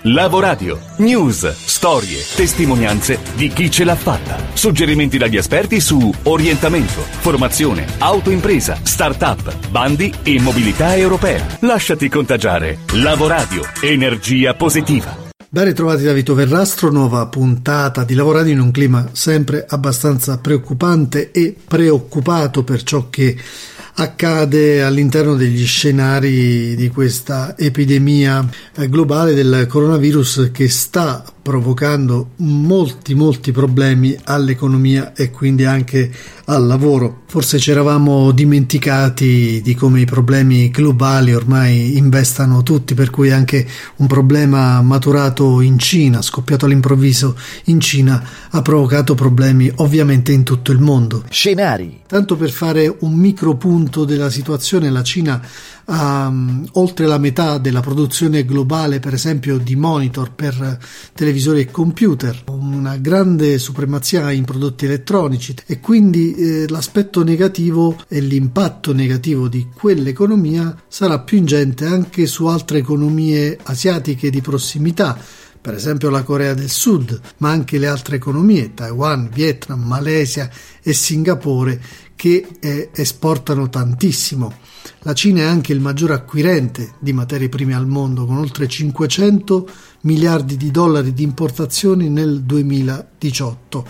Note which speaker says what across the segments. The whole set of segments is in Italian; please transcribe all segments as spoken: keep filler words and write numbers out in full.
Speaker 1: Lavoradio. News, storie, testimonianze di chi ce l'ha fatta. Suggerimenti dagli esperti su orientamento, formazione, autoimpresa, start-up, bandi e mobilità europea. Lasciati contagiare. Lavoradio. Energia positiva.
Speaker 2: Ben ritrovati da Vito Verrastro, nuova puntata di Lavoradio in un clima sempre abbastanza preoccupante e preoccupato per ciò che accade all'interno degli scenari di questa epidemia globale del coronavirus che sta provocando molti molti problemi all'economia e quindi anche al lavoro. Forse ci eravamo dimenticati di come i problemi globali ormai investano tutti, per cui anche un problema maturato in Cina, scoppiato all'improvviso in Cina, ha provocato problemi ovviamente in tutto il mondo.
Speaker 3: Scenari.
Speaker 2: Tanto per fare un micro punto della situazione, la Cina ha um, oltre la metà della produzione globale, per esempio, di monitor per televisori e computer, una grande supremazia in prodotti elettronici e quindi eh, l'aspetto negativo e l'impatto negativo di quell'economia sarà più ingente anche su altre economie asiatiche di prossimità, per esempio la Corea del Sud, ma anche le altre economie, Taiwan, Vietnam, Malesia e Singapore, che eh, esportano tantissimo. La Cina è anche il maggior acquirente di materie prime al mondo, con oltre cinquecento miliardi di dollari di importazioni nel duemiladiciotto.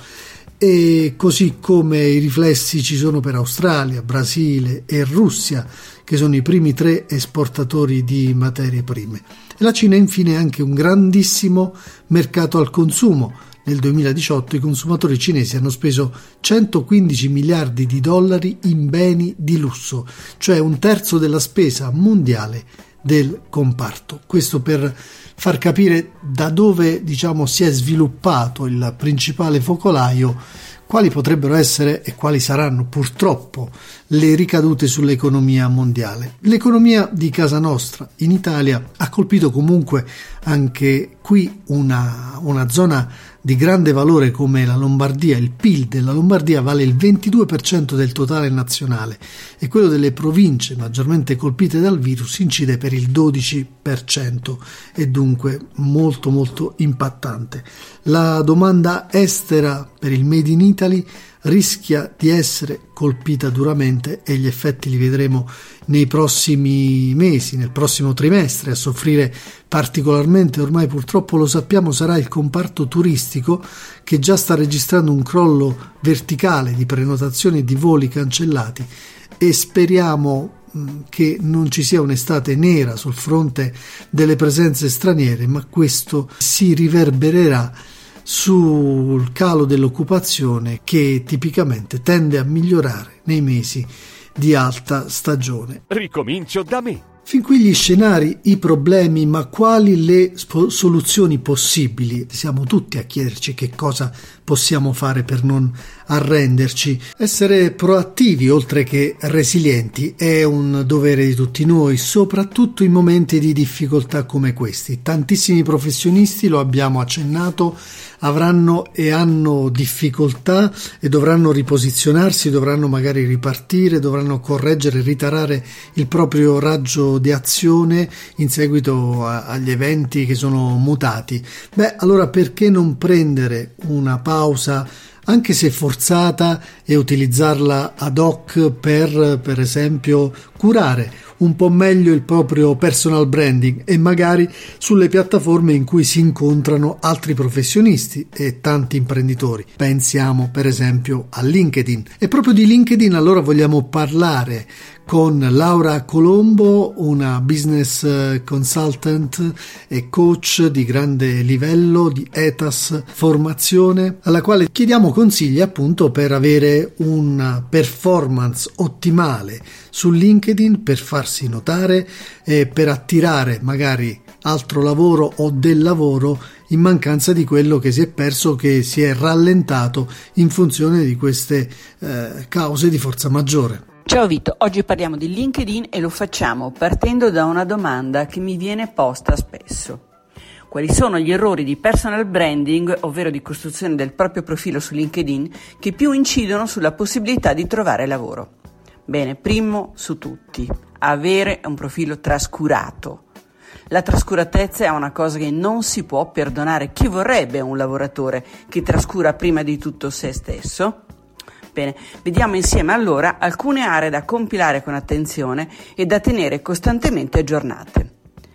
Speaker 2: E così come i riflessi ci sono per Australia, Brasile e Russia, che sono i primi tre esportatori di materie prime. E la Cina infine è anche un grandissimo mercato al consumo. Nel duemiladiciotto i consumatori cinesi hanno speso centoquindici miliardi di dollari in beni di lusso, cioè un terzo della spesa mondiale del comparto. Questo per far capire da dove, diciamo, si è sviluppato il principale focolaio, quali potrebbero essere e quali saranno purtroppo le ricadute sull'economia mondiale. L'economia di casa nostra in Italia ha colpito comunque anche qui una, una zona di grande valore come la Lombardia. Il P I L della Lombardia vale il ventidue per cento del totale nazionale e quello delle province maggiormente colpite dal virus incide per il dodici per cento, e dunque molto molto impattante. La domanda estera per il Made in Italy rischia di essere colpita duramente e gli effetti li vedremo nei prossimi mesi, nel prossimo trimestre. A soffrire particolarmente, ormai purtroppo lo sappiamo, sarà il comparto turistico, che già sta registrando un crollo verticale di prenotazioni e di voli cancellati, e speriamo che non ci sia un'estate nera sul fronte delle presenze straniere, ma questo si riverbererà sul calo dell'occupazione, che tipicamente tende a migliorare nei mesi di alta stagione.
Speaker 1: Ricomincio da me.
Speaker 2: Fin qui gli scenari, i problemi, ma quali le sp- soluzioni possibili? Siamo tutti a chiederci che cosa possiamo fare per non arrenderci. Essere proattivi oltre che resilienti è un dovere di tutti noi, soprattutto in momenti di difficoltà come questi. Tantissimi professionisti, lo abbiamo accennato, avranno e hanno difficoltà e dovranno riposizionarsi, dovranno magari ripartire, dovranno correggere, ritarare il proprio raggio di azione in seguito a, agli eventi che sono mutati. Beh, allora perché non prendere una pausa, anche se forzata, e utilizzarla ad hoc per, per esempio, curare un po' meglio il proprio personal branding e magari sulle piattaforme in cui si incontrano altri professionisti e tanti imprenditori. Pensiamo per esempio a LinkedIn. E proprio di LinkedIn allora vogliamo parlare con Laura Colombo, una business consultant e coach di grande livello di E T A S Formazione, alla quale chiediamo consigli appunto per avere una performance ottimale su LinkedIn, per farsi notare e per attirare magari altro lavoro o del lavoro in mancanza di quello che si è perso, che si è rallentato in funzione di queste eh, cause di forza maggiore.
Speaker 4: Ciao Vito, oggi parliamo di LinkedIn e lo facciamo partendo da una domanda che mi viene posta spesso. Quali sono gli errori di personal branding, ovvero di costruzione del proprio profilo su LinkedIn, che più incidono sulla possibilità di trovare lavoro? Bene, primo su tutti, avere un profilo trascurato. La trascuratezza è una cosa che non si può perdonare. Chi vorrebbe un lavoratore che trascura prima di tutto se stesso? Bene, vediamo insieme allora alcune aree da compilare con attenzione e da tenere costantemente aggiornate.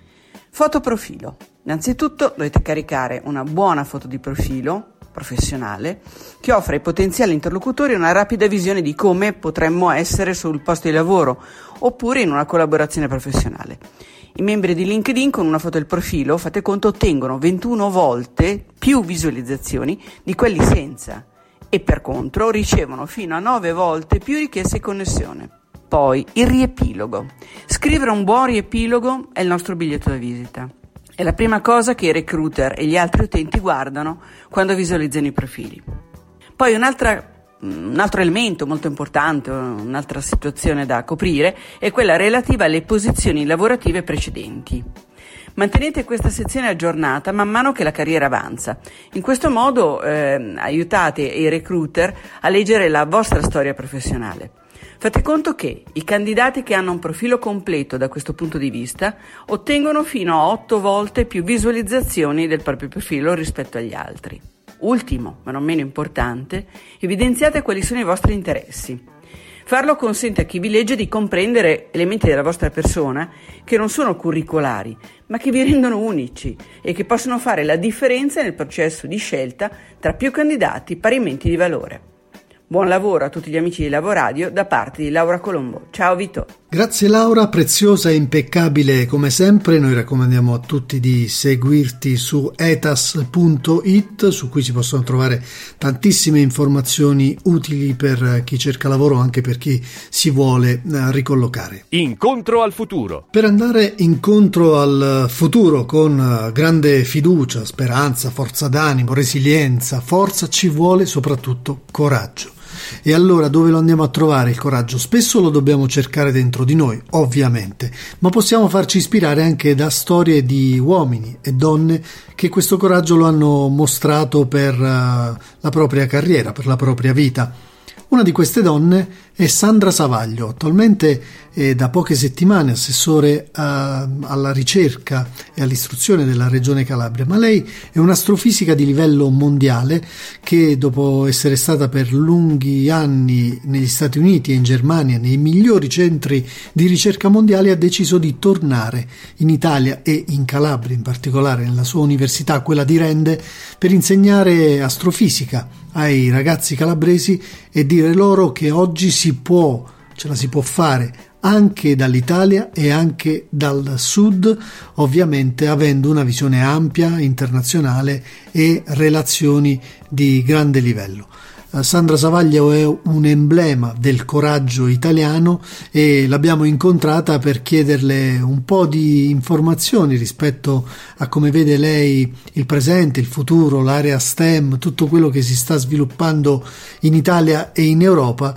Speaker 4: Fotoprofilo. Innanzitutto dovete caricare una buona foto di profilo professionale che offre ai potenziali interlocutori una rapida visione di come potremmo essere sul posto di lavoro oppure in una collaborazione professionale. I membri di LinkedIn con una foto del profilo, fate conto, ottengono ventuno volte più visualizzazioni di quelli senza e per contro ricevono fino a nove volte più richieste di connessione. Poi il riepilogo. Scrivere un buon riepilogo è il nostro biglietto da visita. È la prima cosa che i recruiter e gli altri utenti guardano quando visualizzano i profili. Poi un'altra, un altro elemento molto importante, un'altra situazione da coprire, è quella relativa alle posizioni lavorative precedenti. Mantenete questa sezione aggiornata man mano che la carriera avanza. In questo modo eh, aiutate i recruiter a leggere la vostra storia professionale. Fate conto che i candidati che hanno un profilo completo da questo punto di vista ottengono fino a otto volte più visualizzazioni del proprio profilo rispetto agli altri. Ultimo, ma non meno importante, evidenziate quali sono i vostri interessi. Farlo consente a chi vi legge di comprendere elementi della vostra persona che non sono curricolari, ma che vi rendono unici e che possono fare la differenza nel processo di scelta tra più candidati parimenti di valore. Buon lavoro a tutti gli amici di Lavoradio da parte di Laura Colombo. Ciao Vito.
Speaker 2: Grazie Laura, preziosa e impeccabile come sempre. Noi raccomandiamo a tutti di seguirti su etas punto it, su cui si possono trovare tantissime informazioni utili per chi cerca lavoro, anche per chi si vuole ricollocare.
Speaker 1: Incontro al futuro.
Speaker 2: Per andare incontro al futuro con grande fiducia, speranza, forza d'animo, resilienza, forza, ci vuole soprattutto coraggio. E allora dove lo andiamo a trovare il coraggio? Spesso lo dobbiamo cercare dentro di noi, ovviamente, ma possiamo farci ispirare anche da storie di uomini e donne che questo coraggio lo hanno mostrato per uh, la propria carriera, per la propria vita. Una di queste donne è Sandra Savaglio, attualmente è da poche settimane assessore a, alla ricerca e all'istruzione della Regione Calabria, ma lei è un'astrofisica di livello mondiale che, dopo essere stata per lunghi anni negli Stati Uniti e in Germania, nei migliori centri di ricerca mondiali, ha deciso di tornare in Italia e in Calabria, in particolare nella sua università, quella di Rende, per insegnare astrofisica ai ragazzi calabresi e dire loro che oggi si può, ce la si può fare anche dall'Italia e anche dal sud, ovviamente avendo una visione ampia, internazionale e relazioni di grande livello. Sandra Savaglio è un emblema del coraggio italiano e l'abbiamo incontrata per chiederle un po' di informazioni rispetto a come vede lei il presente, il futuro, l'area STEM, tutto quello che si sta sviluppando in Italia e in Europa.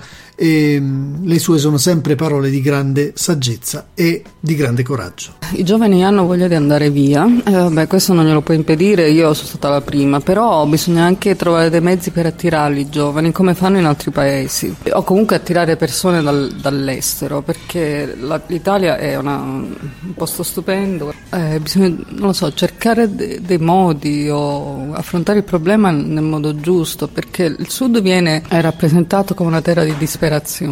Speaker 2: E le sue sono sempre parole di grande saggezza e di grande coraggio.
Speaker 3: I giovani hanno voglia di andare via, eh, vabbè, questo non glielo può impedire, io sono stata la prima, però bisogna anche trovare dei mezzi per attirarli i giovani, come fanno in altri paesi, o comunque attirare persone dal, dall'estero, perché la, l'Italia è una, un posto stupendo, eh, bisogna, non lo so, cercare de, dei modi o affrontare il problema nel modo giusto, perché il Sud viene è rappresentato come una terra di disperazione,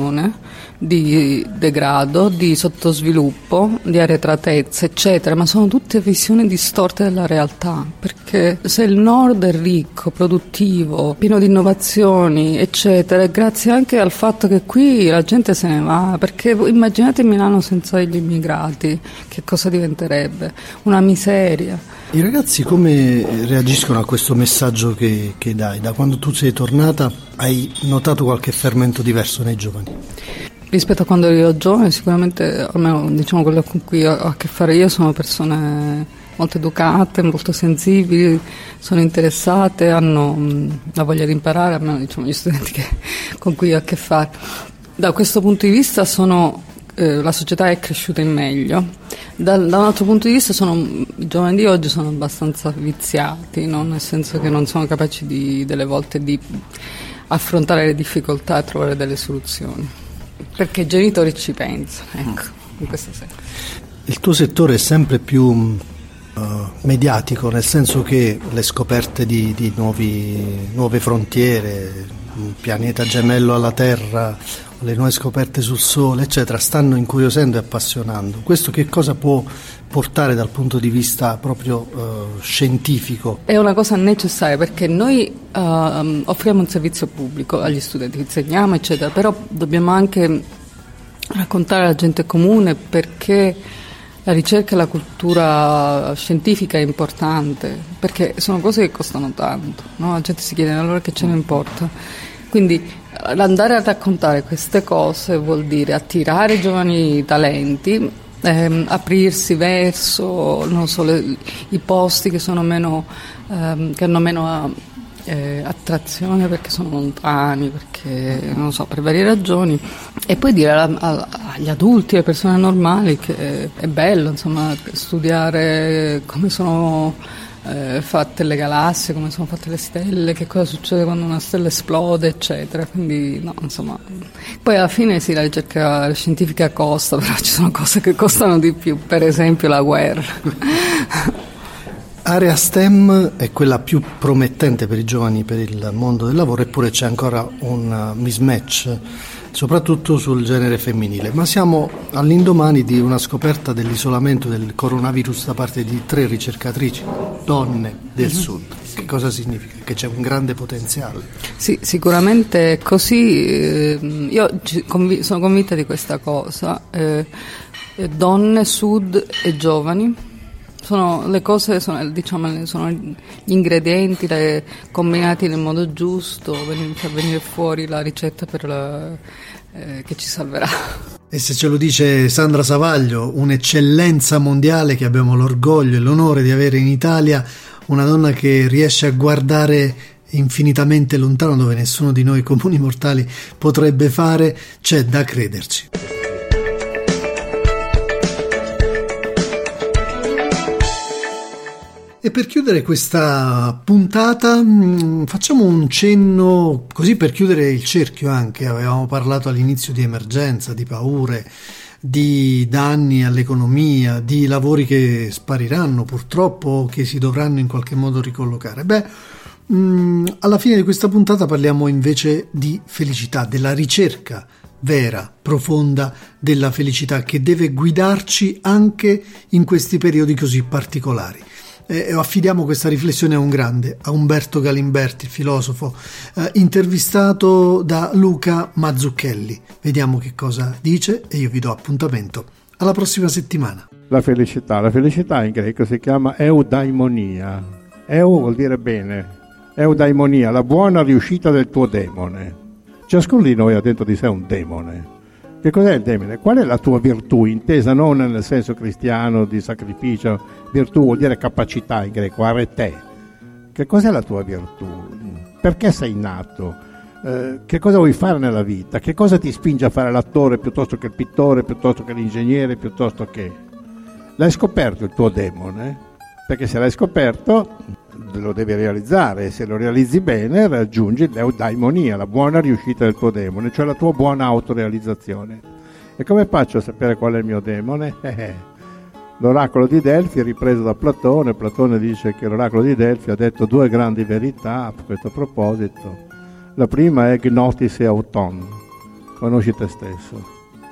Speaker 3: di degrado, di sottosviluppo, di arretratezza, eccetera, ma sono tutte visioni distorte della realtà, perché se il nord è ricco, produttivo, pieno di innovazioni, eccetera, è grazie anche al fatto che qui la gente se ne va, perché immaginate Milano senza gli immigrati, che cosa diventerebbe? Una miseria.
Speaker 2: I ragazzi come reagiscono a questo messaggio che, che dai? Da quando tu sei tornata hai notato qualche fermento diverso nei giovani?
Speaker 3: Rispetto a quando ero giovane, sicuramente, almeno diciamo quello con cui ho a che fare io, sono persone molto educate, molto sensibili, sono interessate, hanno mh, la voglia di imparare, almeno diciamo gli studenti che, con cui ho a che fare. Da questo punto di vista sono eh, la società è cresciuta in meglio. Da, da un altro punto di vista sono, i giovani di oggi sono abbastanza viziati, no? Nel senso che non sono capaci di, delle volte di affrontare le difficoltà e trovare delle soluzioni, perché i genitori ci pensano, ecco, in questo senso.
Speaker 2: Il tuo settore è sempre più mediatico, nel senso che le scoperte di, di nuovi, nuove frontiere, un pianeta gemello alla Terra, le nuove scoperte sul Sole, eccetera, stanno incuriosendo e appassionando. Questo che cosa può portare dal punto di vista proprio uh, scientifico?
Speaker 3: È una cosa necessaria, perché noi uh, offriamo un servizio pubblico agli studenti, insegniamo, eccetera, però dobbiamo anche raccontare alla gente comune perché la ricerca e la cultura scientifica è importante, perché sono cose che costano tanto, no? La gente si chiede allora che ce ne importa. Quindi andare a raccontare queste cose vuol dire attirare giovani talenti, ehm, aprirsi verso, non so, le, i posti che sono meno, ehm, che hanno meno eh, attrazione perché sono lontani, perché non so, per varie ragioni, e poi dire a, a, agli adulti, alle persone normali che è bello, insomma, studiare come sono Eh, fatte le galassie, come sono fatte le stelle, che cosa succede quando una stella esplode, eccetera. Quindi no, insomma, poi alla fine sì, la ricerca scientifica costa, però ci sono cose che costano di più, per esempio la guerra.
Speaker 2: Area STEM è quella più promettente per i giovani, per il mondo del lavoro, eppure c'è ancora un mismatch, soprattutto sul genere femminile. Ma siamo all'indomani di una scoperta dell'isolamento del coronavirus da parte di tre ricercatrici, donne del mm-hmm. Sud. Che cosa significa? Che c'è un grande potenziale.
Speaker 3: Sì, sicuramente è così. Io sono convinta di questa cosa. Eh, donne, Sud e giovani. Sono le cose, sono, diciamo, sono gli ingredienti le, combinati nel modo giusto per venire fuori la ricetta per la, eh, che ci salverà.
Speaker 2: E se ce lo dice Sandra Savaglio, un'eccellenza mondiale che abbiamo l'orgoglio e l'onore di avere in Italia, una donna che riesce a guardare infinitamente lontano dove nessuno di noi comuni mortali potrebbe fare, c'è da crederci. E per chiudere questa puntata mh, facciamo un cenno, così per chiudere il cerchio anche. Avevamo parlato all'inizio di emergenza, di paure, di danni all'economia, di lavori che spariranno purtroppo, che si dovranno in qualche modo ricollocare. Beh, mh, alla fine di questa puntata parliamo invece di felicità, della ricerca vera, profonda della felicità che deve guidarci anche in questi periodi così particolari. E affidiamo questa riflessione a un grande, a Umberto Galimberti, il filosofo, eh, intervistato da Luca Mazzucchelli. Vediamo che cosa dice e io vi do appuntamento alla prossima settimana.
Speaker 5: La felicità, la felicità in greco si chiama eudaimonia. Eu vuol dire bene, eudaimonia, la buona riuscita del tuo demone. Ciascuno di noi ha dentro di sé un demone. Che cos'è il demone? Qual è la tua virtù, intesa non nel senso cristiano di sacrificio? Virtù vuol dire capacità in greco, arete. Che cos'è la tua virtù? Perché sei nato? Eh, che cosa vuoi fare nella vita? Che cosa ti spinge a fare l'attore piuttosto che il pittore, piuttosto che l'ingegnere, piuttosto che... L'hai scoperto il tuo demone? Perché se l'hai scoperto lo devi realizzare, e se lo realizzi bene raggiungi l'eudaimonia, la buona riuscita del tuo demone, cioè la tua buona autorealizzazione. E come faccio a sapere qual è il mio demone? Eh, l'oracolo di Delfi è ripreso da Platone. Platone dice che l'oracolo di Delfi ha detto due grandi verità a questo proposito. La prima è gnotis auton, conosci te stesso.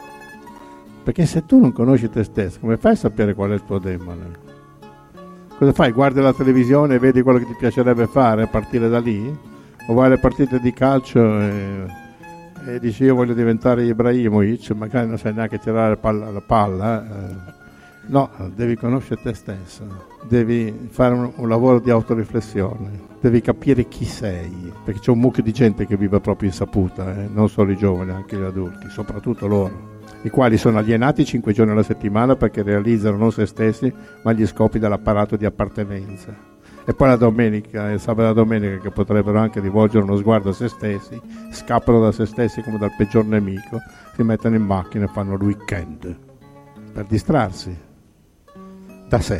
Speaker 5: Perché se tu non conosci te stesso, come fai a sapere qual è il tuo demone? Cosa fai? Guardi la televisione e vedi quello che ti piacerebbe fare a partire da lì? O vai alle partite di calcio e, e dici io voglio diventare Ibrahimovic, magari non sai neanche tirare la palla, la palla eh. No, devi conoscere te stesso, devi fare un, un lavoro di autoriflessione, devi capire chi sei, perché c'è un mucchio di gente che vive proprio insaputa, eh? Non solo i giovani, anche gli adulti, soprattutto loro, i quali sono alienati cinque giorni alla settimana perché realizzano non se stessi ma gli scopi dell'apparato di appartenenza, e poi la domenica, il sabato e la domenica, che potrebbero anche rivolgere uno sguardo a se stessi, scappano da se stessi come dal peggior nemico, si mettono in macchina e fanno il weekend per distrarsi da sé.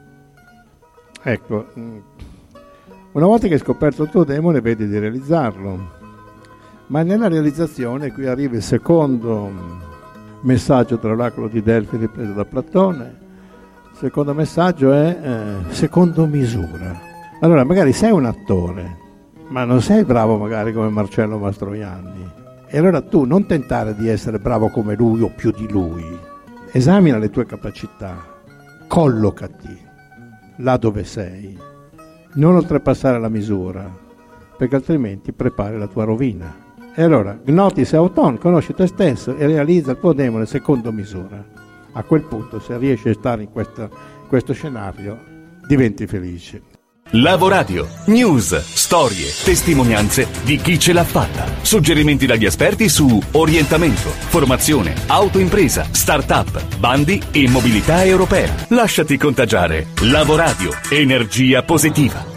Speaker 5: Ecco, una volta che hai scoperto il tuo demone vedi di realizzarlo, ma nella realizzazione qui arriva il secondo messaggio dell'oracolo di Delfi ripreso da Platone. secondo messaggio è eh, secondo misura. Allora magari sei un attore, ma non sei bravo magari come Marcello Mastroianni, e allora tu non tentare di essere bravo come lui o più di lui, esamina le tue capacità, collocati là dove sei, non oltrepassare la misura, perché altrimenti prepari la tua rovina. E allora gnotis auton, conosci te stesso e realizza il tuo demone secondo misura. A quel punto, se riesci a stare in questo, questo scenario, diventi felice.
Speaker 1: Lavoradio, news, storie, testimonianze di chi ce l'ha fatta. Suggerimenti dagli esperti su orientamento, formazione, autoimpresa, start-up, bandi e mobilità europea. Lasciati contagiare. Lavoradio, energia positiva.